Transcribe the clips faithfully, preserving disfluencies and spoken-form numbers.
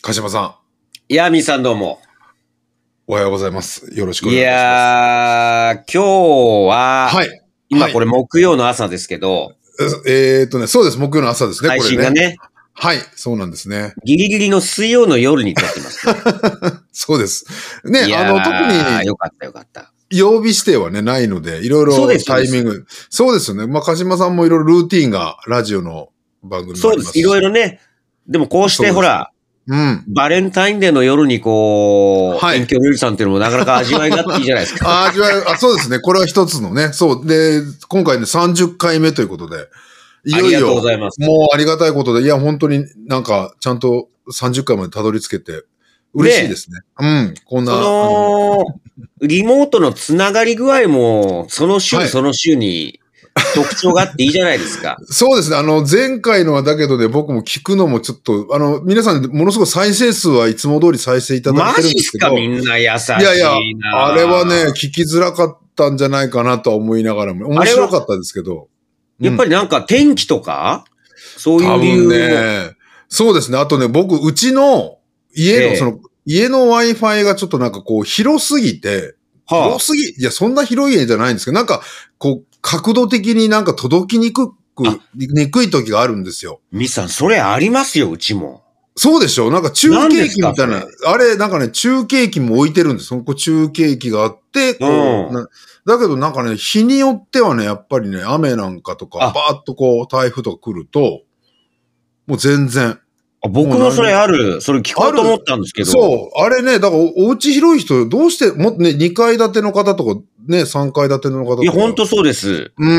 鹿島さん。ヤミさんどうも。 ん、おはようございます。よろしくお願いします。いやー、今日は、はい。今これ木曜の朝ですけど。はい、 えーっとね、そうです。木曜の朝ですね、 配信がね。 これね。はい、そうなんですね。 ギリギリの水曜の夜に撮ってます、ね。 そうです。ね、あの、特に。 よかったよかった。 曜日指定はね、ないので、いろいろタイミング。そうですよね。まあ、鹿島さんもいろいろルーティーンがラジオの番組もありますし。 そうです。いろいろね。でもこうしてほら、うん。バレンタインデーの夜にこう、はい。遠距離さんっていうのもなかなか味わいがあっていいじゃないですか。 あ、味わい、あ、そうですね。これは一つのね。そう。で、今回ね、さんじゅっかいめということで。いよいよ。ありがとうございます。もうありがたいことで、いや、本当になんか、ちゃんとさんじゅっかいまでたどり着けて、嬉しいですね。うん。こんな。 その、リモートのつながり具合も、その週、はい、その週に、特徴があっていいじゃないですか。 そうですね。あの、前回のはだけどね、僕も聞くのもちょっと、あの、皆さん、ものすごく再生数はいつも通り再生いただいてるんですけど。 マジっすか、みんな優しいな。いやいや、あれはね、聞きづらかったんじゃないかなとは思いながらも、面白かったですけど。 うん、やっぱりなんか天気とか、そういう理由も。 ね。そうですね。あとね、僕、うちの家の、えー、その、家の Wi-Fi がちょっとなんかこう、広すぎて、はあ、広すぎ、いや、そんな広い家じゃないんですけど、なんか、こう、角度的になんか届きにくく、にくい時があるんですよ。 ミさん、それありますよ、うちも。 そうでしょ？なんか中継機みたいな、あれ、なんかね、中継機も置いてるんです。そこ中継機があって、こう、うん、だけどなんかね、日によってはね、やっぱりね、雨なんかとか、バーッとこう、台風とか来ると、もう全然。 僕もそれある。それ聞こうと思ったんですけど。 そう。あれね、だからお家広い人、どうして、もね、にかい建ての方とか、ね、さんかい建ての方とか。 いや、ほんとそうです。 うん。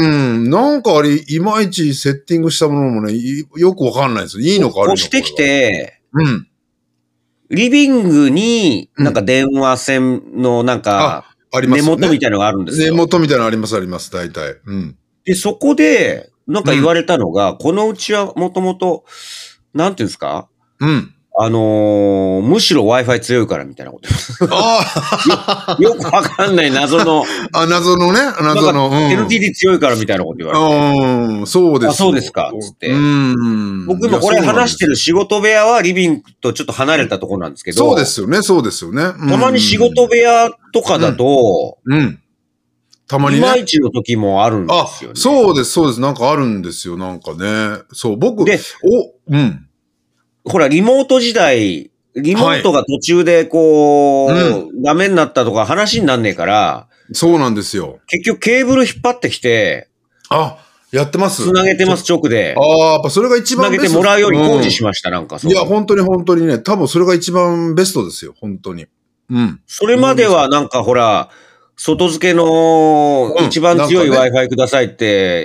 なんかあれ、いまいちセッティングしたものもね、よくわかんないです。いいのか悪いのか。 こうしてきて、 うん。 リビングに、なんか電話線のなんか、 ありますね。根元みたいなのがあるんですよ。 根元みたいなのあります、あります、大体。うん。 で、そこで、なんか言われたのが、このうちはもともと、なんていうんですか？ うん。 あのー、むしろ Wi-Fi 強いからみたいなこと。ああよ。よくわかんない謎の。 あ、謎のね、謎の。 うん、エヌティーティー 強いからみたいなこと言われて。 うん、そうです。あ、 そうですか、つって。 うん。 僕もこれ話してる仕事部屋はリビングとちょっと離れたところなんですけど。 そうですよね、そうですよね。 たまに仕事部屋とかだと、 うん。うん、たまにね。 いまいちの時もあるんですよね。 あ、そうです、そうです。なんかあるんですよ、なんかね。そう、僕、で、お、うん。 ほら、リモート時代、リモートが途中でこう、はいうん、ダメになったとか話になんねえから、 そうなんですよ。 結局ケーブル引っ張ってきて、 あ、やってます。 つなげてます、直で。 ああ、やっぱそれが一番ベスト。つなげてもらうように工事しました、うん、なんかそう。 いや、本当に本当にね、多分それが一番ベストですよ、本当に。うん。 それまではなんかほら、外付けの一番強い Wi-Fi くださいって、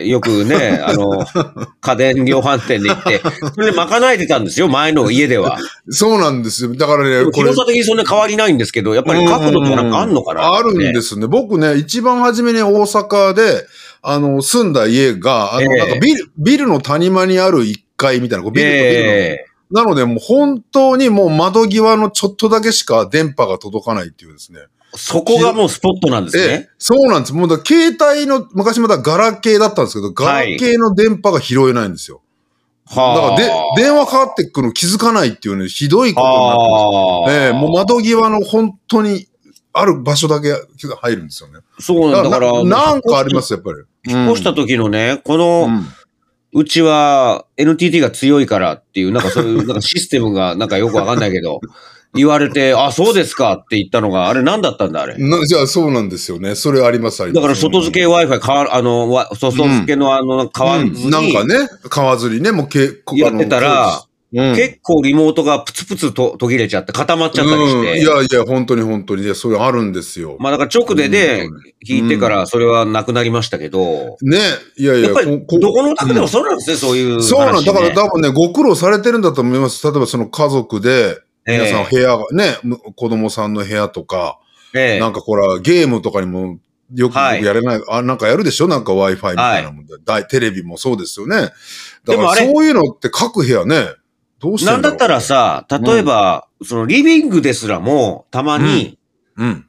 よくね、あの、家電量販店で行って、それで賄えてたんですよ、前の家では。 そうなんですよ。だからね、 これ。広さ的にそんな変わりないんですけど、やっぱり角度とかなんかあんのかな、 あるんですね。僕ね、一番初めに大阪で、あの、住んだ家が、あの、なんかビル、ビルの谷間にあるいっかいみたいな、ビルとビルの。なので、もう本当にもう窓際のちょっとだけしか電波が届かないっていうですね。 そこがもうスポットなんですね。 えそうなんです。もうだ携帯の、昔まだガラケーだったんですけど、ガラケーの電波が拾えないんですよ。はい、だからで、電話かかってくるの気づかないっていうね、ひどいことになってます。ええもう窓際の本当にある場所だけ入るんですよね。 そうなんだから。 なんかあります、やっぱり。 引っ越した時のね、この、うんうちは エヌティーティー が強いからっていう、なんかそういう、なんかシステムがなんかよくわかんないけど、言われて、あ、そうですかって言ったのが、あれ何だったんだ、あれ。 なじゃあそうなんですよね。それあります、あります。 だから外付け Wi-Fi 買わ、あの、外付けのあの、買わずに、 うん。なんかね、買わずにね、もうけ、 やってたら、うん、結構リモートがプツプツと途切れちゃって固まっちゃったりして。 うん、いやいや、本当に本当に。いや、それあるんですよ。 まあだから直でね、聞いてからそれはなくなりましたけど。 ね、いやいや、 やっぱりどこの宅でもそうなんですね、うん、そういう、ね。 そうなんだから多分ね、ご苦労されてるんだと思います。例えばその家族で、皆さん部屋がね、えー、子供さんの部屋とか、えー、なんかほら、ゲームとかにもよくやれない、はい、あ、なんかやるでしょなんか Wi-Fi みたいなもんで、はい、テレビもそうですよね。だからそういうのって各部屋ね、どうしてなんだったらさ、例えば、うん、そのリビングですらも、たまに、うん。うん、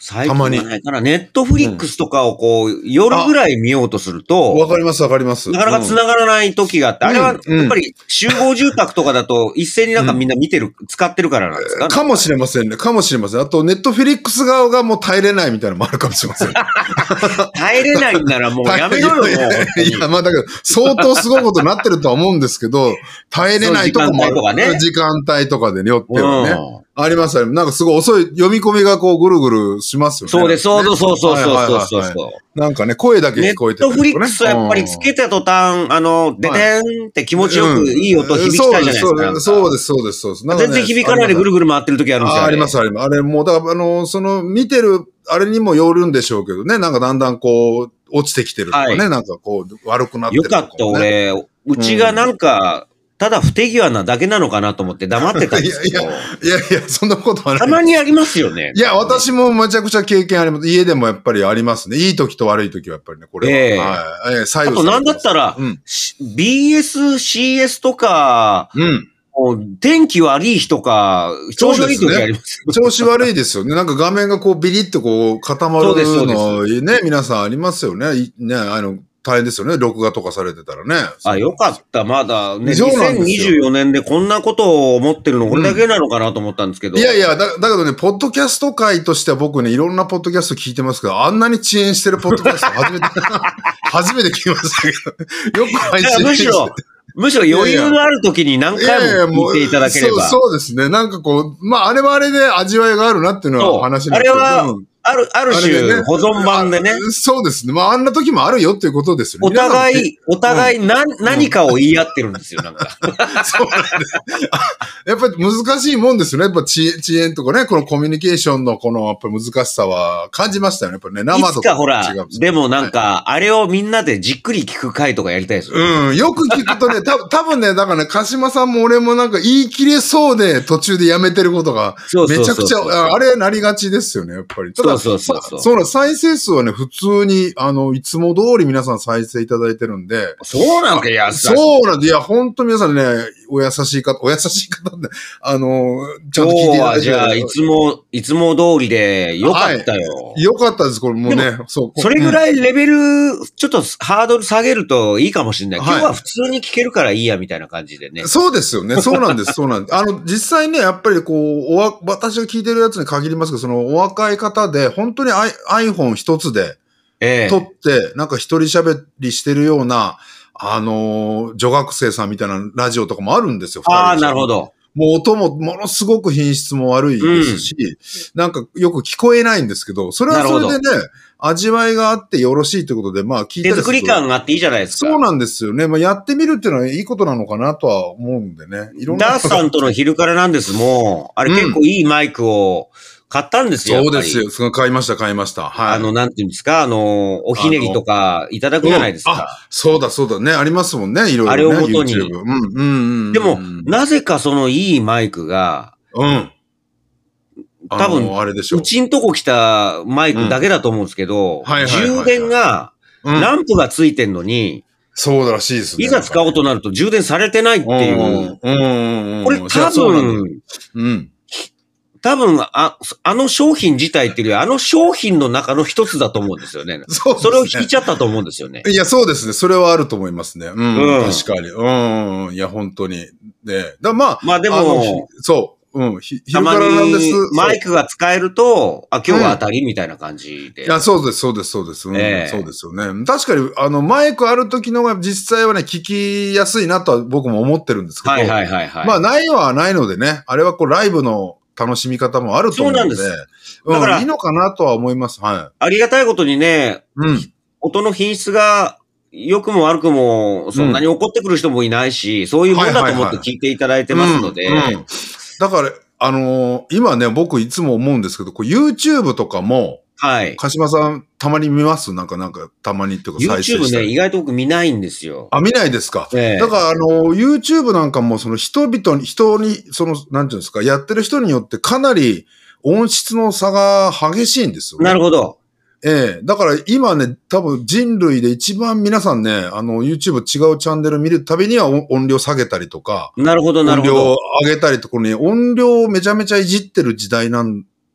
最近はないかな。ネットフリックスとかをこう、夜ぐらい見ようとすると。 わかりますわかります。 なかなか繋がらない時があって、あれはやっぱり集合住宅とかだと一斉になんかみんな見てる、使ってるからなんですか？ かもしれませんね。かもしれません。あと、ネットフリックス側がもう耐えれないみたいなのもあるかもしれません。 耐えれないんならもうやめろよ、もう。 いや、まあだけど、相当すごいことになってるとは思うんですけど、耐えれないとこもある。時間帯とかね。時間帯とかでよってはね。ありますよ。なんかすごい遅い、読み込みがこうぐるぐるしますよね。 そうです、そうそうそうそうそうそう。 なんかね、声だけ聞こえてる、ね。ネットフリックスはやっぱりつけた途端、あの、ででんって気持ちよくいい音響きたいじゃないですか。 そうです、そうです、そうです。 全然響かないでぐるぐる回ってる時あるんですよ。 あります、あります。あれもう、だから、あの、その、見てる、あれにもよるんでしょうけどね、なんかだんだんこう、落ちてきてるとかね、なんかこう、悪くなってるとか。 よかった、俺、うちがなんか、ただ不手際なだけなのかなと思って黙ってたんですけど。いやいや、いやいや、そんなことはない。 たまにありますよね。 いや、私もめちゃくちゃ経験あります。家でもやっぱりありますね。いい時と悪い時はやっぱりね、これは。えー、はい。えー、最後。 あとなんだったら、うん、ビーエス、シーエス とか、うん。もう天気悪い日とか、調子悪い時あります。 調子悪いですよね。なんか画面がこうビリッとこう固まるのね、皆さんありますよね。ね、あの、大変ですよね。録画とかされてたらね。 あ、よかった。まだね、にせんにじゅうよねんでこんなことを思ってるのこれだけなのかなと思ったんですけど。 うん、いやいや、だ、だけどね、ポッドキャスト界としては僕ね、いろんなポッドキャスト聞いてますけど、あんなに遅延してるポッドキャスト初めて、初めて聞きましたけど、よく配信して。 むしろ、むしろ余裕のある時に何回も聞いていただければ。いやいやそう、そうですね。なんかこう、まあ、あれはあれで味わいがあるなっていうのは話なんですけど。あれは、ある、ある種、保存版でね。 そうですね。まあ、あんな時もあるよっていうことですよね。 お互い、お互い何、何かを言い合ってるんですよ、なんか。 そうなんです。やっぱり難しいもんですよね。やっぱ遅延とかね、このコミュニケーションのこのやっぱ難しさは感じましたよね。やっぱりね、 生とか。いつかほら、でもなんか、あれをみんなでじっくり聞く回とかやりたいですよ。 うん。よく聞くとね、た多分ね、だからね、鹿島さんも俺もなんか言い切れそうで途中でやめてることが、めちゃくちゃ、あれなりがちですよね、やっぱり。ただそうそうそう。 そうな、再生数はね、普通に、あの、いつも通り皆さん再生いただいてるんで。 そうなんか、いや、 そうなんで、いや、ほんと皆さんね、お優しい方、お優しい方で、あの、 ちゃんと聞いていただいて。じゃあ、いつも、いつも通りで、よかったよ。 はい、よかったです、これもうね。 そう。それぐらいレベル、ちょっとハードル下げるといいかもしれない。はい、今日は普通に聞けるからいいや、みたいな感じでね。 そうですよね。そうなんです、そうなんです。あの、実際ね、やっぱりこう、おわ、私が聞いてるやつに限りますけど、その、お若い方で、本当に iPhone 一つで、ええ、撮って、なんか一人喋りしてるような、あのー、女学生さんみたいなラジオとかもあるんですよ。 ああ、なるほど。 もう音もものすごく品質も悪いですし、うん、なんかよく聞こえないんですけど、それはそれでね、味わいがあってよろしいということで、まあ聞いて手作り感があっていいじゃないですか。 そうなんですよね。まあやってみるっていうのはいいことなのかなとは思うんでね。 いろんなダースさんとの昼からなんですもう、あれ結構いいマイクを、買ったんですよ。 そうですよ。その買いました、買いました。はい。 あの、なんていうんですか、あの、おひねりとかいただくじゃないですか。うん、あ、 そうだ、そうだね。ありますもんね、いろいろ、ね。 あれをもとに。 うん、うん、うん。 でも、なぜかそのいいマイクが、 うん。 多分、あれでしょう。うちんとこ来たマイクだけだと思うんですけど、充電が、ランプがついてんのに、 そうらしいですね。 いざ使おうとなると充電されてないっていう。 うん。 これ多分、うん。多分、あ、あの商品自体っていうより、あの商品の中の一つだと思うんですよね。そうですね。それを引いちゃったと思うんですよね。 いや、そうですね。それはあると思いますね。うん。うん、確かに。うん。いや、本当に。で、だまあ。 まあでも、 そう。うん。ひ、 たまにマイクが使えると、あ、今日は当たりみたいな感じで。 いや、そうです、そうです、そうです。うんえー、そうですよね。確かに、あの、マイクある時のが実際はね、聞きやすいなとは僕も思ってるんですけど。 はいはいはいはい。 まあ、ないはないのでね。あれはこう、ライブの、楽しみ方もあると思うので。そうなんです。だから、うん、いいのかなとは思います。はい。 ありがたいことにね、うん、音の品質が良くも悪くもそんなに怒ってくる人もいないし、うん、そういうもんだと思って聞いていただいてますので。 だから、あのー、今ね、僕いつも思うんですけど、こう YouTube とかも、はい。鹿島さん、たまに見ますなんか、なんか、たまにっていうか、 再生したり。YouTube ね、意外と僕見ないんですよ。 あ、見ないですか。ええ、だから、あの、YouTube なんかも、その人々に、人に、その、なんていうんですか、やってる人によってかなり音質の差が激しいんですよね。 なるほど。 ええ。だから今ね、多分人類で一番皆さんね、あの、YouTube 違うチャンネル見るたびには音量下げたりとか。 なるほど、なるほど。 音量上げたりとかね、音量をめちゃめちゃいじってる時代なん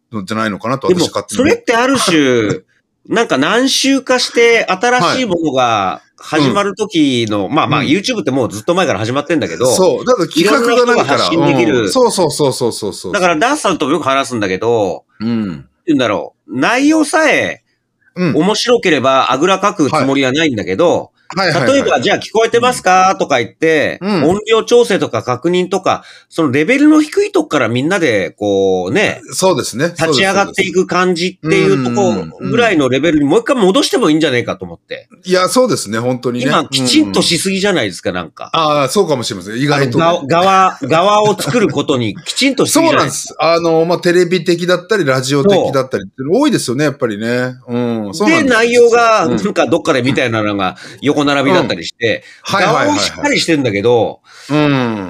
のじゃないのかなと私勝手に。 それってある種、なんか何週かして新しいものが始まる時の、はいうん、まあまあ YouTube ってもうずっと前から始まってんだけど。 そう。だから企画がないから。 発信できる、 うん。そうそうそうそうそうそう。 だからダースさんともよく話すんだけど、うん。って言うんだろう。内容さえ、面白ければあぐらかくつもりはないんだけど、はいはいはいはい、例えば、じゃあ聞こえてますか、うん、とか言って、うん、音量調整とか確認とか、そのレベルの低いとこからみんなで、こうね。 そうですね。 立ち上がっていく感じっていうところぐらいのレベルにもう一回戻してもいいんじゃないかと思って。 いや、そうですね、本当にね。 今、きちんとしすぎじゃないですか、なんか。 ああ、そうかもしれません。意外と、 ね。側、側を作ることにきちんとしすぎじゃないですか。そうなんです。あの、まあ、テレビ的だったり、ラジオ的だったりって多いですよね、やっぱりね。うん。そうなんです。 で、内容が、なんかどっかでみたいなのが横並びだったりして、で、側もしっかりしてんだけど、うん。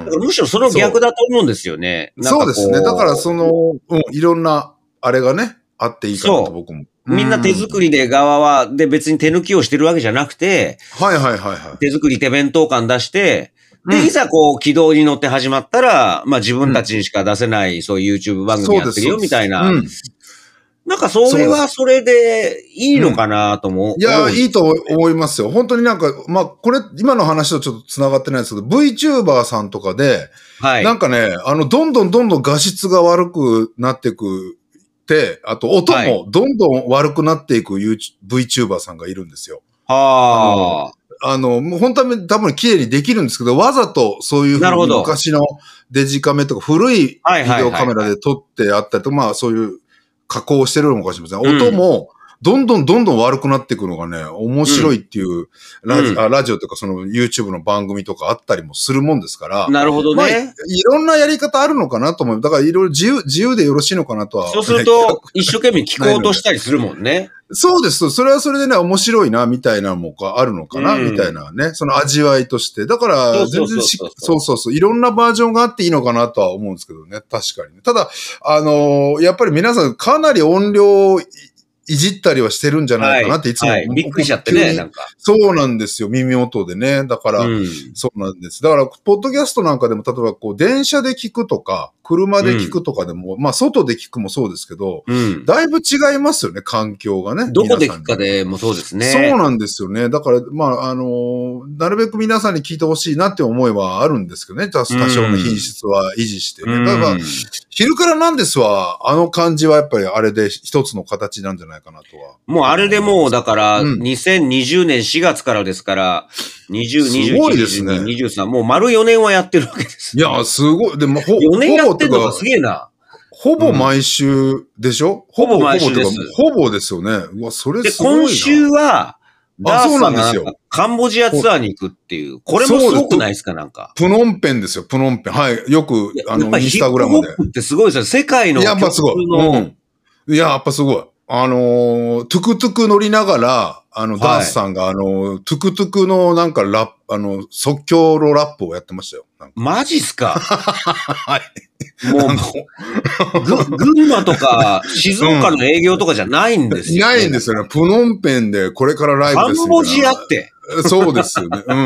むしろその逆だと思うんですよね。 そうですね。だからその、うん、いろんな、あれがね、あっていいかなと僕も。 みんな手作りで側は、で別に手抜きをしてるわけじゃなくて、 はいはいはいはい。 手作り手弁当感出して、で、いざこう軌道に乗って始まったら、まあ自分たちにしか出せない、そういう YouTube 番組やってるよみたいな。なんかそれはそれでいいのかなと思う、うん。 いや、いいと思いますよ。本当になんか、まあ、これ、今の話とちょっと繋がってないですけど、VTuber さんとかで、はい。なんかね、あの、どんどんどんどん画質が悪くなっていくって、あと音もどんどん悪くなっていく VTuber さんがいるんですよ。 はあ。あの、もう本当は多分綺麗にできるんですけど、わざとそういうふうに昔のデジカメとか古いビデオカメラで撮ってあったりと、まあそういう、加工してるのかもしれません。音も、どんどんどんどん悪くなっていくのがね、面白いっていう、ラジ、うん、あラジオというかその YouTube の番組とかあったりもするもんですから。 なるほどね。まあ、いろんなやり方あるのかなと思う。だからいろいろ自由、自由でよろしいのかなとは。 そうすると、一生懸命聞こうとしたりするもんね。 そうです。それはそれでね、面白いな、みたいなもあるのかな、うん、みたいなね。その味わいとして。だから、全然し、そうそうそう。いろんなバージョンがあっていいのかなとは思うんですけどね。確かにね。ただ、あのー、やっぱり皆さんかなり音量、いじったりはしてるんじゃないかなっていつも、はいはい、びっくりしちゃってね、なんか。 そうなんですよ、耳音でね。だから、うん、そうなんです。だから、ポッドキャストなんかでも、例えばこう、電車で聞くとか、車で聞くとかでも、うん、まあ、外で聞くもそうですけど、うん、だいぶ違いますよね、環境がね。 どこで聞くかでもそうですね。 そうなんですよね。だから、まあ、あのー、なるべく皆さんに聞いてほしいなって思いはあるんですけどね。多少の品質は維持してね。うん、だから、昼からなんですわ、あの感じはやっぱりあれで一つの形なんじゃないかなとは。 もうあれでもう、だから、にせんにじゅうねんしがつからですから、にじゅう、にじゅういち、にじゅうに、にじゅうさん、もう丸よねんはやってるわけです。 いや、すごい。でも、 ほ、よねんやってんのがすげえな。 ほぼ毎週でしょ、 うん、ほぼ毎週です。 ほぼですよね。うわ、それすごいな。 で、今週は、ダースさんがカンボジアツアーに行くっていう。これもすごくないですか、なんか。 プノンペンですよ、プノンペン。はい。よく、あの、インスタグラムで。 ヒップホップってすごいですよ。世界の。 やっぱすごい。うん。いや、やっぱすごい。あのー、トゥクトゥク乗りながら、あの、ダースさんが、はい、あの、トゥクトゥクのなんかラップ、あの、即興のラップをやってましたよ。 マジっすかはい。 もう、群馬とか静岡の営業とかじゃないんですよ、 ね。ないんですよね。プノンペンでこれからライブですよ。カンボジアって。 そうですよね。うん。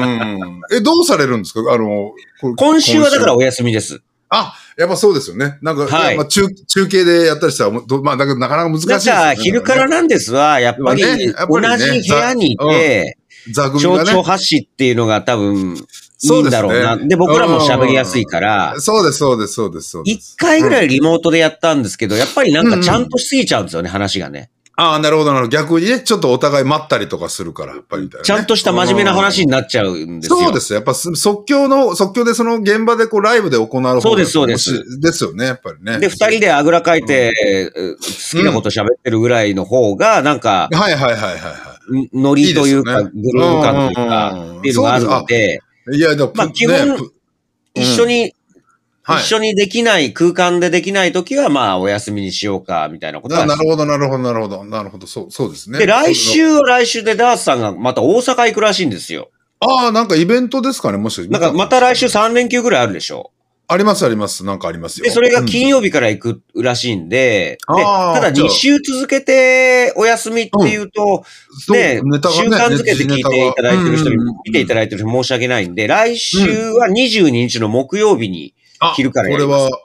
え、どうされるんですかあの、 今週はだからお休みです。 あ、やっぱそうですよね。なんか、はい、まあ中、中継でやったりしたら、まあ、だけどなかなか難しいですよね。 じゃあ、昼からなんですは、やっぱり、同じ部屋にいて、 座組がね。 蝶々発信っていうのが多分、いいんだろうな。で, ね、で、僕らも喋りやすいから。 そうです、そうです、そうです。 一回ぐらいリモートでやったんですけど、やっぱりなんかちゃんとしすぎちゃうんですよね、うん、話がね。 ああ、なるほど、なるほど。逆にね、ちょっとお互い待ったりとかするから、やっぱり、ね。 ちゃんとした真面目な話になっちゃうんですよ。 そうです。やっぱ即興の、即興でその現場でこうライブで行う方がそうです、そうです。 ですよね、やっぱりね。 で、二人であぐらかいて、うん、好きなこと喋ってるぐらいの方が、なんか、 うん、はいはいはいはい。 ノリというか、いいね、グルーヴ感というか、っていうのがあるので、 いや、でも、 まあ、基本、ね、一緒に、うん、一緒にできない、空間でできないときは、まあ、お休みにしようか、みたいなことは。 なるほど、なるほど、なるほど、なるほど、そう、そうですね。 で、来週は来週でダースさんがまた大阪行くらしいんですよ。 ああ、なんかイベントですかね、もし。 なんか、また来週さん連休ぐらいあるでしょ。 あります、あります。なんかありますよ。 で、それが金曜日から行くらしいんで、うん、で、ただに週続けてお休みっていうと、うん、ね、ね習慣づけて聞いていただいてる人に、見ていただいてる人に申し訳ないんで、来週はにじゅうににちの木曜日に昼からやります。 うん、これは、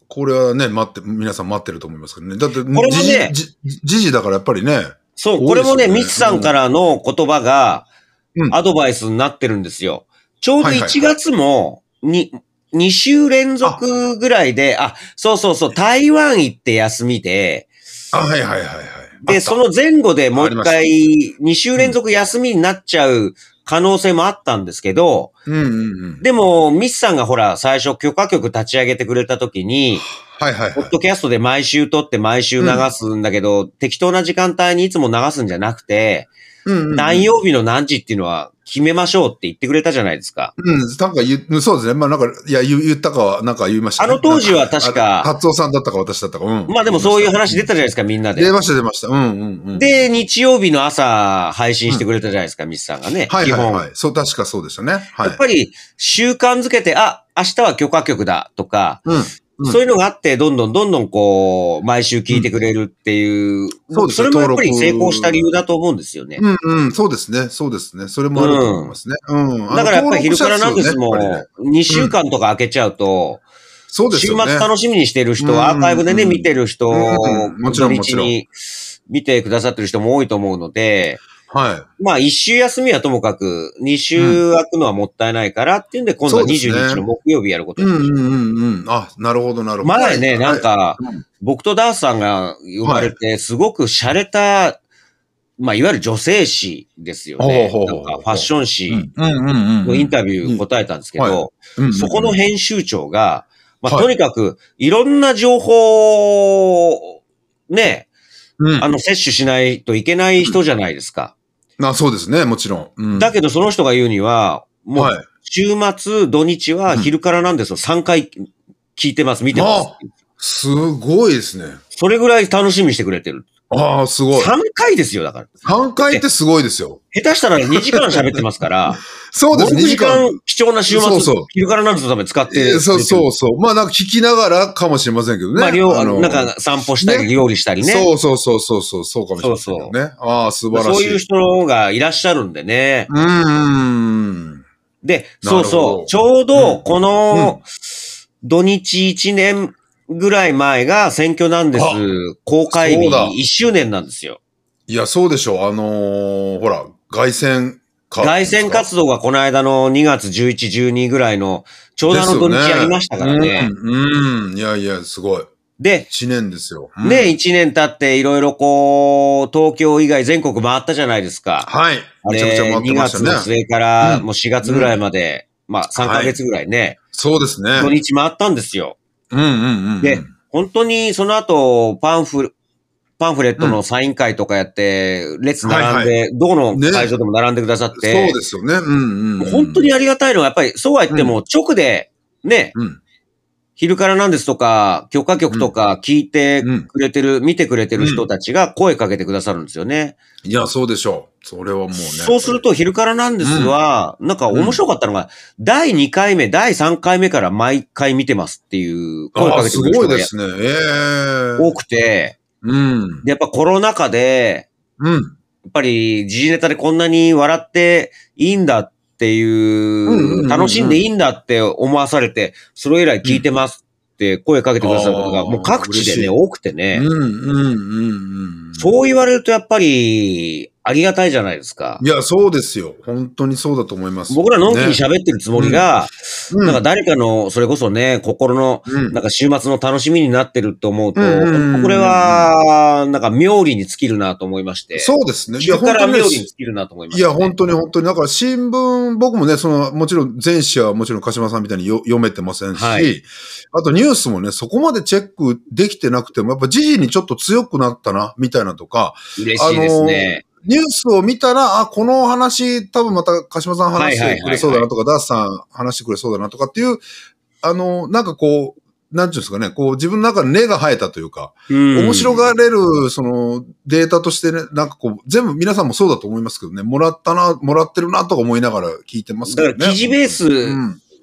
これはね、待って、皆さん待ってると思いますけどね。だって、 これもね、 時事だからやっぱりね。 そう、これもね、ミツさんからの言葉が、アドバイスになってるんですよ。ちょうどいちがつも、に、に週連続ぐらいで、あ、そうそうそう、台湾行って休みで、 あ、はいはいはいはい。 で、その前後でもう一回、に週連続休みになっちゃう可能性もあったんですけど、 うんうんうん、 でも、ミスさんがほら、最初許可局立ち上げてくれた時に、 はいはいはい。 ポッドキャストで毎週撮って毎週流すんだけど、うん、適当な時間帯にいつも流すんじゃなくて、うんうんうん、何曜日の何時っていうのは決めましょうって言ってくれたじゃないですか。 うん、なんか言う、そうですね。まあなんか、いや、言ったかは、なんか言いましたね。 あの当時は確か。 達夫さんだったか私だったか。うん。 まあでもそういう話出たじゃないですか、みんなで。 出ました出ました。うんうんうん。 で、日曜日の朝配信してくれたじゃないですか、うん、ミスさんがね。 はいはいはい。そう、確かそうでしたね。はい。 やっぱり習慣づけて、あ、明日は許可局だとか、うんうん、そういうのがあって、どんどんどんどんこう、毎週聞いてくれるっていう、うん、そうですね。それもやっぱり成功した理由だと思うんですよね。 うんうん、そうですね。そうですね。それもあると思いますね。うん。うん、 だからやっぱり昼からなんですも、にしゅうかんとか空けちゃうと、 そうですよね。 週末楽しみにしてる人、アーカイブでね、見てる人、 もちろんもちろん。 見てくださってる人も多いと思うので、 はい。 まあ、一週休みはともかく、二週空くのはもったいないからっていうんで、今度はにじゅうににちの木曜日やることにしました。 うんうんうんうん。あ、なるほどなるほど。 前ね、なんか、僕とダースさんが呼ばれて、すごく洒落た、まあ、いわゆる女性誌ですよね。なんか、ファッション誌のインタビュー答えたんですけど、そこの編集長が、まあ、とにかく、いろんな情報を、ね、あの、摂取しないといけない人じゃないですか。 あ、そうですね、もちろん。 うん、だけど、その人が言うには、もう、週末、土日は昼からなんですよ。さんかい聞いてます、見てます。 すごいですね。 それぐらい楽しみにしてくれてる。 ああ、すごい。 さんかいですよ、だから。 さんかいってすごいですよ。 下手したらにじかん喋ってますから。 そうです、 にじかん貴重な週末、そうそう昼からなんですのために使って。 そうそうそう。まあなんか聞きながらかもしれませんけどね。 まあ、料あのなんか散歩したり、料理したりね。 そうそうそうそうそう、そうかもしれませんけどね。そうそうああ、素晴らしい。 そういう人がいらっしゃるんでね。 うん。 で、そうそう。ちょうど、この、土日いちねんぐらい前が選挙なんです。公開日いっしゅうねんなんですよ。 いや、そうでしょう。あのー、ほら、凱旋凱旋活動がこの間のにがつじゅういち、じゅうにぐらいの、ちょうどあの土日やりましたからね。 うん、うん。いやいや、すごい。 で、 いちねんですよ。 うん、ね、いちねん経っていろいろこう、東京以外全国回ったじゃないですか。 はい。 めちゃくちゃ回ってましたね。にがつの末からもうしがつぐらいまで、うん、まあさんかげつぐらいね、はい。 そうですね。 土日回ったんですよ。 うんうんうん、うん。 で、本当にその後、パンフ、パンフレットのサイン会とかやって、列並んで、どこの会場でも並んでくださって。 そうですよね。うんうん。 本当にありがたいのは、やっぱり、そうは言っても、直で、ね、昼からなんですとか、許可局とか聞いてくれてる、見てくれてる人たちが声かけてくださるんですよね。 いや、そうでしょう。それはもうね。 そうすると、昼からなんですは、なんか面白かったのが、だいにかいめ、だいさんかいめから毎回見てますっていう声かけてくれる人がすごいですね。 多くて、 うん。 で、やっぱコロナ禍で、 うん。やっぱり時事ネタでこんなに笑っていいんだっていう、楽しんでいいんだって思わされて、それ以来聞いてますって声かけてくださる方が、もう各地でね、多くてね。 うんうんうんうん。 そう言われるとやっぱり、ありがたいじゃないですか。 いや、そうですよ。本当にそうだと思います。 僕らのんきに喋ってるつもりが、ねうん、なんか誰かの、それこそね、心の、なんか週末の楽しみになってると思うと、うん、これは、なんか妙利に尽きるなと思いまして。 そうですね。 いや、本当に妙利に尽きるなと思いました、 ね。いや、本当に本当に。だから新聞、僕もね、その、もちろん全紙はもちろん鹿島さんみたいによ読めてませんし、はい、あとニュースもね、そこまでチェックできてなくても、やっぱ時事にちょっと強くなったな、みたいなとか。 嬉しいですね。 ニュースを見たら、あ、この話、多分また鹿島さん話してくれそうだなとか、ダースさん話してくれそうだなとかっていう、あの、なんかこう、なんていうんですかね、こう自分の中で根が生えたというか、面白がれる、そのデータとしてね、なんかこう、全部皆さんもそうだと思いますけどね、もらったな、もらってるなとか思いながら聞いてますけどね。 だから記事ベース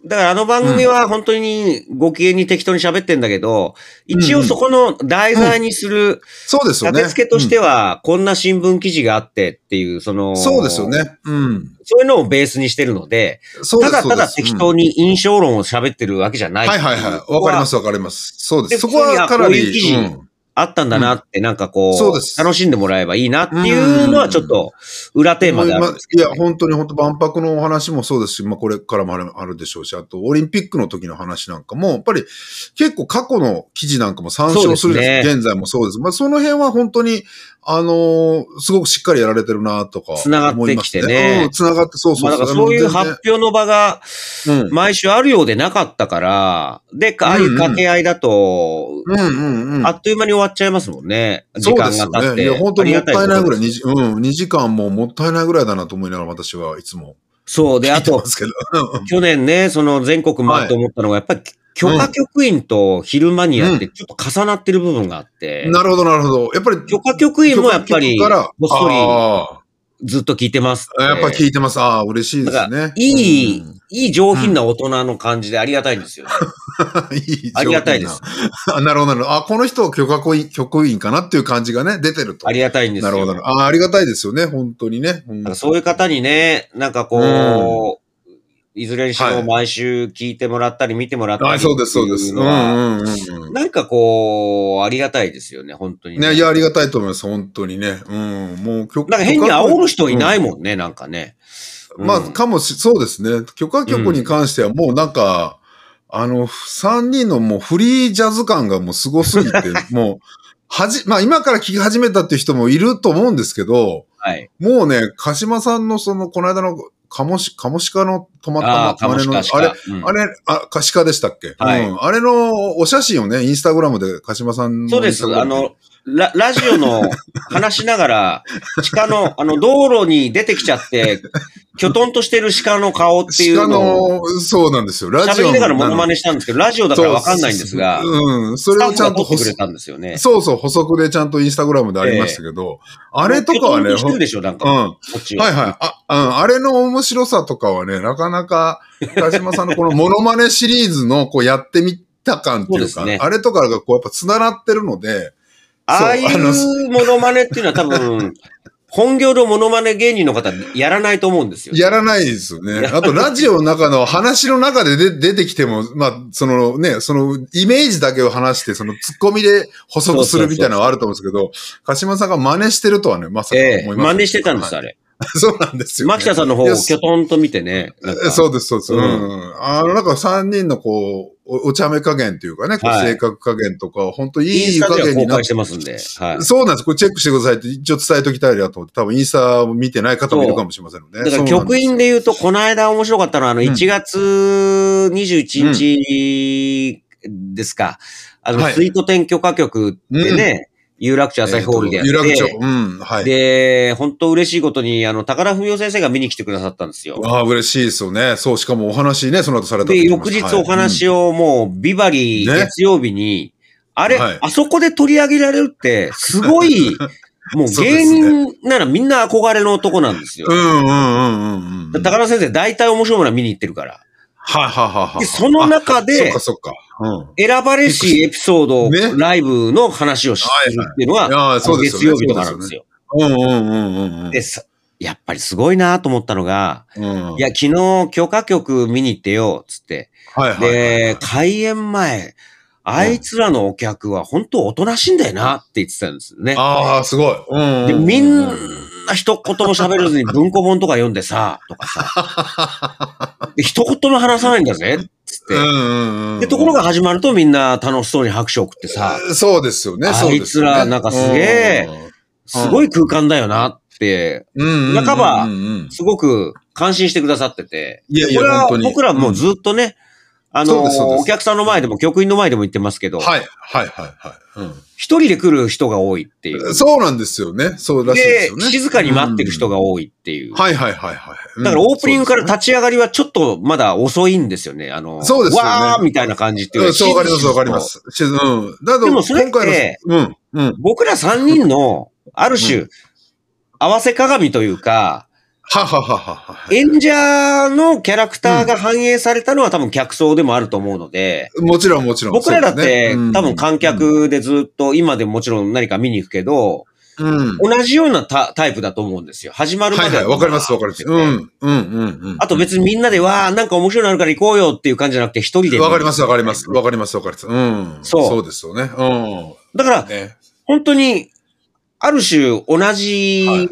だからあの番組は本当にご機嫌に適当に喋ってんだけど、うん、一応そこの題材にする、 そうですよね。 立て付けとしては、こんな新聞記事があってっていう、その、 そうですよね。うん。 そういうのをベースにしてるので、ただただ適当に印象論を喋ってるわけじゃない。 はいはいはい。わかりますわかります。そうです。そこはかなり、 あったんだなって、なんかこう、うん、そうです。楽しんでもらえばいいなっていうのはちょっと裏テーマであるんですけど、 ね、いや、本当に本当万博のお話もそうですし、まあこれからもあるでしょうし、あとオリンピックの時の話なんかも、やっぱり結構過去の記事なんかも参照するんです。ね、現在もそうです。まあその辺は本当に、あのー、すごくしっかりやられてるなとか、ね。 繋がってきてね。 うん、繋がって、そうそうそう。 まあだからそういう発表の場が、毎週あるようでなかったから、で、ああいう掛け合いだと、 うんうんうん、 あっという間に終わっちゃいますもんね。時間が経って。そうですよね。 いや、本当にもったいないぐらい、にじ、うん、にじかんももったいないぐらいだなと思いながら私はいつも。 そうで、あと、去年ね、その全国回って思ったのが、やっぱり、許可局員と昼間にやってちょっと重なってる部分があって。 うん、なるほど、なるほど。やっぱり。 許可局員もやっぱり、ぼっそり、ずっと聞いてます。 やっぱり聞いてます。ああ、嬉しいですね。 いい、うん、いい上品な大人の感じでありがたいんですよね。 いいありがたいです。 なるほど、なるほど。あ、この人は許可局員、局員かなっていう感じがね、出てると。 ありがたいんですよ。 なるほど。あ、ありがたいですよね、本当にね。 そういう方にね、なんかこう、うんいずれにしろ毎週聞いてもらったり見てもらったり、はい。 そうです、そうです。うんうんうん。 なんかこう、ありがたいですよね、本当にね。ね、いや、ありがたいと思います、本当にね。うん、もう許可。なんか変に煽る人いないもんね、うん、なんかね。 うん、まあ、かもし、そうですね。許可局に関してはもうなんか、うん、あの、三人のもうフリージャズ感がもうすごすぎて、もう、はじ、まあ今から聞き始めたっていう人もいると思うんですけど、 はい。 もうね、鹿島さんのその、この間の、カモシ、カモシカの止まったま、あれの、 あれ、うん、あれ、あ、カシカでしたっけ、 はい、 うん。あれのお写真をね、インスタグラムで鹿島さんの。 そうです。あの、ラ、ラジオの話しながら、鹿の、あの、道路に出てきちゃって、きょとんとしてる鹿の顔っていうのを。 鹿の、そうなんですよ。 ラジオ。喋りながらモノマネしたんですけど、ラジオだからわかんないんですが。 うん。それをちゃんと補足くれたんですよね。 そうそう、補足でちゃんとインスタグラムでありましたけど、えー、あれとかはね、 してるでしょ、なんか。 うん。はいはい。あ、うん、あれの面白さとかはね、なかなか、鹿島さんのこのモノマネシリーズのこうやってみた感っていうか、ね、あれとかがこうやっぱ繋がってるので、 ああいうモノマネっていうのは多分、本業のモノマネ芸人の方やらないと思うんですよ。 やらないですよね。あと、ラジオの中の話の中でで出てきても、まあ、そのね、そのイメージだけを話して、そのツッコミで補足するみたいなのはあると思うんですけど、鹿島さんが真似してるとはね、まさか思います、ね。 ええ、真似してたんです、はい、あれ。 そうなんですよ、 ね。牧田さんの方をきょとんと見てね。 そうです、そうです。うん。うん、あの、なんか三人のこう、お, お茶目加減というかね、こう性格加減とか、本当いい加減になって。 公開してますんで。はい。 そうなんです。これチェックしてくださいって一応伝えときたいなと思って、多分インスタ見てない方もいるかもしれませんので。 だから局員で言うと、この間面白かったのは、あの、いちがつにじゅういちにちですか。うん、あの、スイート店許可局ってね、うん有楽町朝日ホールでやって、えー、有楽町。うん。はい。で、本当嬉しいことに、あの、高田文夫先生が見に来てくださったんですよ。 ああ、嬉しいですよね。そう、しかもお話ね、その後されたで、 翌日お話をもう、ビバリー月曜日に、ね、あれ、はい、あそこで取り上げられるって、すごい、もう芸人ならみんな憧れの男なんですよ。 うんうんうんうんうん。 高田先生、大体面白いものは見に行ってるから。 はいはいはいはい。 その中で、 そっかそっか。うん、 選ばれしエピソード、ね、ライブの話をするっていうのは、はいはい、月曜日とかなんですよ。 うんうんうんうん。 で、やっぱりすごいなと思ったのが、うん、いや、昨日許可局見に行ってよ、つって。 はいはいはいはい、 で、開演前、あいつらのお客は本当おとなしいんだよなって言ってたんですよね。 ああ、すごい。うんうんうん、 で、みんな一言も喋らずに文庫本とか読んでさ、とかさ。で一言も話さないんだぜ、つって。 うんうんうん、 で、ところが始まるとみんな楽しそうに拍手を送ってさ。 そうですよね、 あいつらなんかすげえ、すごい空間だよなって、半ば、すごく感心してくださってて。 いやいや、 これは僕らもずっとね、あの、お客さんの前でも局員の前でも言ってますけど。 はい、はい、はい、はい。 一人で来る人が多いっていう。 そうなんですよね。そうらしいですよね。 で、静かに待ってる人が多いっていう。 はい、はい、はい、はい。 だからオープニングから立ち上がりはちょっとまだ遅いんですよね。あの、 そうですよね。 わーみたいな感じっていう。 そう、わかります、わかります。うん。だでもそれって、 うんうん、 僕ら三人の、ある種、合わせ鏡というか、 ははははは。 演者のキャラクターが反映されたのは多分客層でもあると思うので。 もちろんもちろん。 僕らだって、多分観客でずっと、今でももちろん何か見に行くけど、うん、同じようなタイプだと思うんですよ。始まるまでは。 はいはい、わかりますわかります。うん、うん、うん。 あと別にみんなで、わー、なんか面白いのあるから行こうよっていう感じじゃなくて、一人で。 わかりますわかります。わかりますわかります。うん。そう。そうですよね。うん。 だから、ね、本当に、ある種同じ、はい、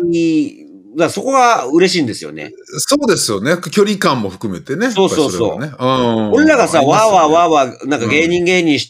だからそこが嬉しいんですよね。 そうですよね。距離感も含めてね。 そうそうそう。 ね、うん、 俺らがさ、わーわーわーわー、なんか芸人芸人して、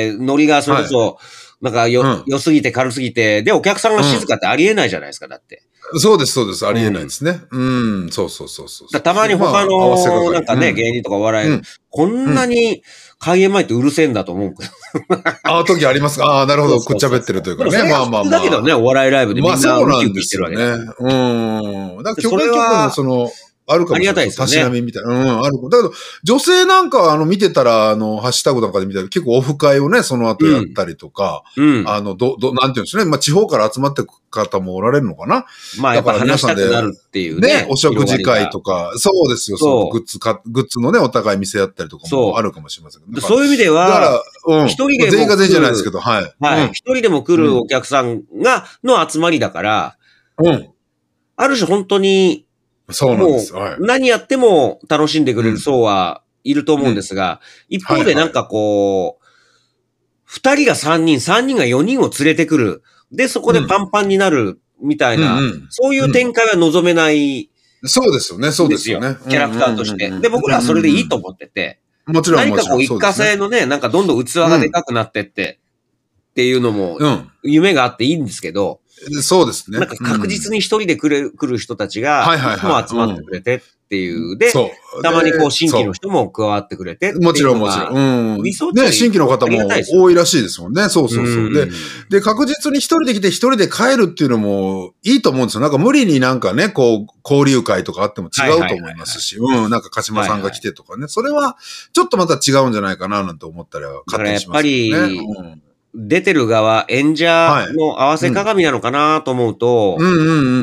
ノリがそれこそ、はいなんかよ、うん、良すぎて軽すぎて、で、お客さんが静かってありえないじゃないですか、だって。 そうです、そうです。ありえないですね。うん、うん、そうそうそうそう。 たまに他の、まあ、なんかね、うん、芸人とかお笑い、うん、こんなに開演前ってうるせえんだと思う。 ああ、時ありますか。ああ、なるほど。くっちゃべってるというかね。まあまあまあ。 だけどね、お笑いライブでみんなウキウキしてるわけだ。まあそうなんですよね。うん。だから曲のその、あるかもしれない。ありがたいですよね。たしなみみたいな。うん、ある。だけど、女性なんか、あの、見てたら、あの、ハッシュタグとかで見たら、結構オフ会をね、その後やったりとか、うん、あの、ど、ど、なんていうんですね。まあ、地方から集まってく方もおられるのかな。 まあ、やっぱ話したくなるっていうね。 ね、お食事会とか、そうですよ、そう。グッズか、グッズのね、お互い見せ合ったりとかもあるかもしれませんけど。 そういう意味では、だから、うん。一人でも。 全員が全員じゃないですけど、はい。 はい。一人でも来るお客さんが、の集まりだから、うん。ある種本当に、 そうなんです。はい、 何やっても楽しんでくれる層はいると思うんですが、うん、一方でなんかこう、二、はいはい、人が三人、三人が四人を連れてくる。で、そこでパンパンになるみたいな、うんうん、そういう展開は望めない、 うん。そうですよね、そうですよね。 キャラクターとして。で、僕らはそれでいいと思ってて。 もちろん、 何かこう一過性のね、なんかどんどん器がでかくなってって、っていうのも、夢があっていいんですけど、 そうですね。 なんか確実に一人で来る、来る人たちが、いつも集まってくれてっていう。で、たまにこう新規の人も加わってくれて。 もちろんもちろん。うん。理想ね、新規の方も多いらしいですもんね。そうそうそう。で、で、確実に一人で来て一人で帰るっていうのもいいと思うんですよ。なんか無理になんかね、こう、交流会とかあっても違うと思いますし、うん、なんか鹿島さんが来てとかね。それは、ちょっとまた違うんじゃないかななんて思ったりは勝手にしますね。やっぱり、うん出てる側、演者の合わせ鏡なのかなと思うと、 うんうんうんうんうん。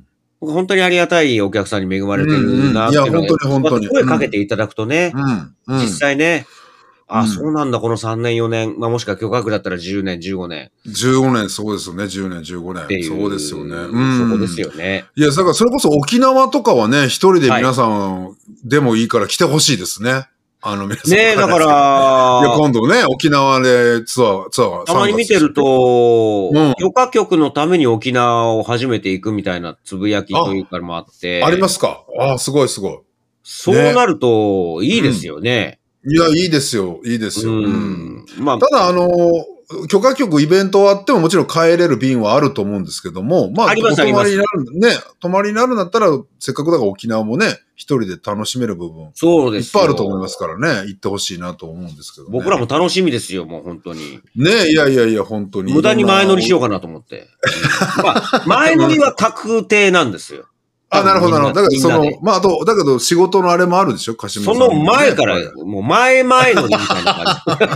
本当にありがたいお客さんに恵まれてるなっていうのが、うんうん、いや、本当に本当に。声かけていただくとね、うんうん、実際ね、あ、うん、そうなんだ、このさんねん、よねん、まあもしくは許可額だったらじゅうねん、じゅうごねん。じゅうごねん、そうですよね、じゅうねん、じゅうごねん。そうですよね。 うん、そこですよね。 いや、だからそれこそ沖縄とかはね、一人で皆さんでもいいから来てほしいですね。はいあの、皆さん。 ねえ、だから、いや、今度ね、沖縄でツアー、ツアー。 たまに見てると、うん、許可局のために沖縄を初めて行くみたいなつぶやきというかもあって。 ありますかああ、すごいすごい。 そうなると、いいですよね、 うん。いや、いいですよ、いいですよ。うん。まあ、ただ、あの、許可局イベントあってももちろん帰れる便はあると思うんですけども、まあ、 ありますあります。 泊まりになる、ね、泊まりになるんだったら、せっかくだから沖縄もね、一人で楽しめる部分。 そうです。 いっぱいあると思いますからね、行ってほしいなと思うんですけど、ね。 僕らも楽しみですよ、もう本当に。 ねいやいやいや、本当に。 無駄に前乗りしようかなと思って。まあ、前乗りは確定なんですよ。 あ、なるほど、なるほど。だから、その、まあ、あと、だけど、仕事のあれもあるでしょ、鹿島さん、 ね。その前から、もう前前乗りみたいな感じ。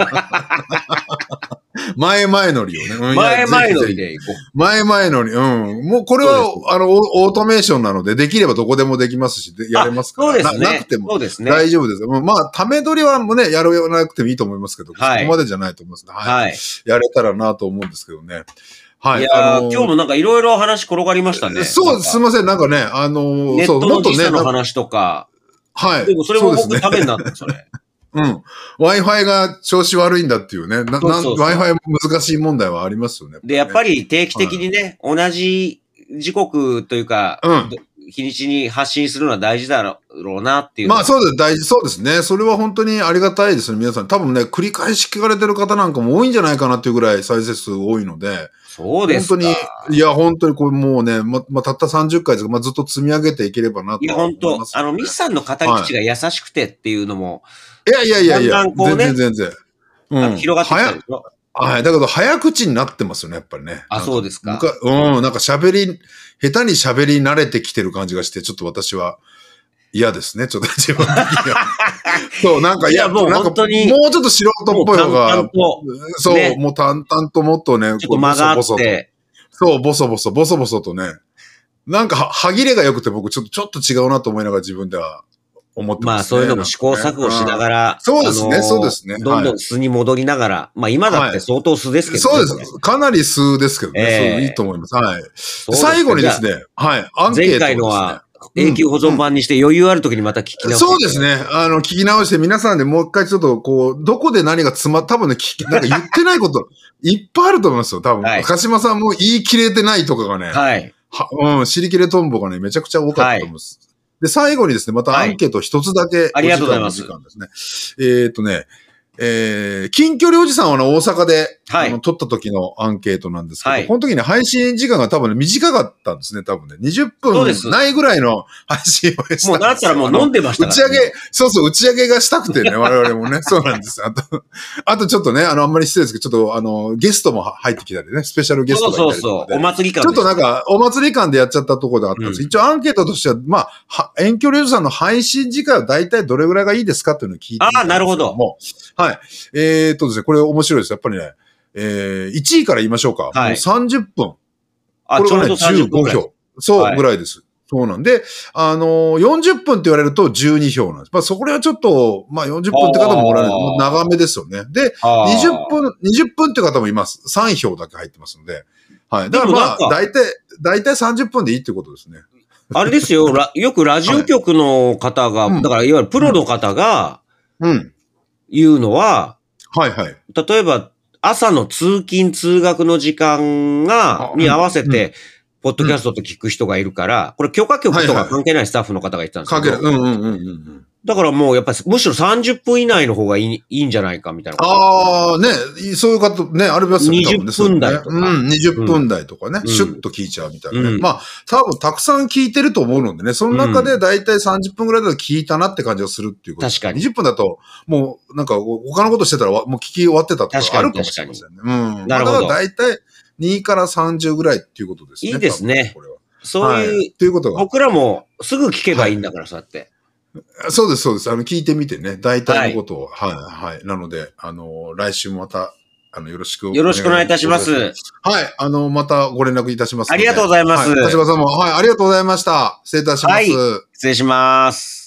前前乗りよね。 うん、前前乗りで行こう。前前乗り。うん。もうこれは、あの、オートメーションなので、できればどこでもできますし、やれますから。 そうですね。 なくてもそうですね。 大丈夫です。まあ、ため撮りはもうね、やらなくてもいいと思いますけど、はい、そこまでじゃないと思いますね。はい。はい、やれたらなと思うんですけどね。はい。 いや、あのー、今日もなんかいろいろ話転がりましたね。 そう、すみません。なんかね、あのー、 ネットの時差の話とか。 はい。 でもそれも僕ためになったそれ。 うん。Wi-Fi が調子悪いんだっていうね。な、な、Wi-Fi 難しい問題はありますよね。 で、やっぱり定期的にね、はい、同じ時刻というか、うん、日にちに発信するのは大事だろうなっていう。 まあそうです、大事、そうですね。それは本当にありがたいですね、皆さん。多分ね、繰り返し聞かれてる方なんかも多いんじゃないかなっていうぐらい再生数多いので。 そうですか。 本当に、いや、本当にこれもうね、ま、まあ、たったさんじゅっかいですが、まあ、ずっと積み上げていければなと、ね。いや、 本当あの、ミスさんの語り口が優しくてっていうのも、 いやいやいやいや、 だんだんこうね、 全然全然。 うん、広がってきたでしょ。 はい。だけど、早口になってますよね、やっぱりね。 あ、そうですか。 うん、なんか喋り、下手に喋り慣れてきてる感じがして、ちょっと私は嫌ですね、ちょっと自分的には。そう、なんか、いや、もう本当に、もうちょっと素人っぽい方が、そう、ね、もう淡々ともっとね、 ちょっと間があって、 そう、ボソボソ、ボソボソとね、 なんか、歯切れが良くて僕ちょっと、ちょっと違うなと思いながら自分では思ってますね。 まあそういうのも試行錯誤しながら、 そうですね、そうですね。 どんどん素に戻りながら、まあ今だって相当素ですけどね。そうです。かなり素ですけどね。そういいと思います。はい。最後にですね、はい、アンケート。 前回のは永久保存版にして余裕あるときにまた聞き直して。 そうですね。あの、聞き直して皆さんでもう一回ちょっとこう、どこで何が詰まっ、多分ね、聞き、なんか言ってないこといっぱいあると思いますよ。多分。鹿島さんも言い切れてないとかがね。はい。は、うん、尻切れトンボがね、めちゃくちゃ多かったと思います。で、最後にですね、またアンケート一つだけ、はい、 ありがとうございます。 時間ですね。えー、っとね、えー、近距離おじさんはね、大阪で、はい、あの、撮った時のアンケートなんですけど、はい、この時に配信時間が多分ね、短かったんですね、多分ね。にじゅっぷんないぐらいの配信をしたんですよ。 もうだったらもう飲んでましたから、 ね。打ち上げ、そうそう、打ち上げがしたくてね、我々もね、そうなんです。あと、あとちょっとね、あの、あんまり失礼ですけど、ちょっとあの、ゲストも入ってきたりね、スペシャルゲストがいたりとかで。そうそうそう、 お祭り感ちょっとなんか、お祭り感でやっちゃったところであったんです。うん、一応アンケートとしては、まあ、は遠距離おじさんの配信時間は大体どれぐらいがいいですかっていうのを聞いてみたんですけども。ああ、なるほど。はい。えーえっとですね、これ面白いです。やっぱりね、えー、いちいから言いましょうか。はい、もうさんじゅっぷん。 あ、これがね、じゅうごひょう。そう、はい、ぐらいです。そうなんで、あのー、よんじゅっぷんって言われるとじゅうにひょうなんです。まあ、そこらはちょっと、まあ、よんじゅっぷんって方もおられる。長めですよね。で、にじゅっぷん、にじゅっぷんって方もいます。さんひょうだけ入ってますので。はい。だからまあ、大体、大体さんじゅっぷんでいいってことですね。 あれですよ、よくラジオ局の方が、はい、だからいわゆるプロの方が、うん。言うのは、 はいはい。 例えば、朝の通勤通学の時間が、に合わせて、ポッドキャストって聞く人がいるから、これ許可局とか関係ないスタッフの方が言ってたんですけど。 関係ない。うんうんうんうん。 だからもうやっぱりむしろさんじゅっぷん以内の方がいい、いいんじゃないかみたいな。 ああ、ね、そういう方、ね、ありますよね。 にじゅっぷん台とか。 うん、にじゅっぷん台とかね、うん、シュッと聞いちゃうみたいなね。うん、まあ、多分たくさん聞いてると思うのでね、その中でだいたいさんじゅっぷんぐらいだと聞いたなって感じがするっていうこと。 確かに。 にじゅっぷんだと、もうなんか他のことしてたらもう聞き終わってたとかあるかもしれませんね。うん。 なるほど。 だからだいたいにからさんじゅうぐらいっていうことですね。 いいですね。これはそういう、はい、 っていうことが。 僕らもすぐ聞けばいいんだから、そうやって。 そうです、そうです。あの、聞いてみてね、大体のことを。はい、はい、はい。なので、あの、来週もまた、あの、よろしくお願いします。 よろしくお願いいたします。はい。 あの、またご連絡いたしますので。 ありがとうございます。 はい。田島さんも、はい、ありがとうございました。失礼いたします。はい。 失礼します。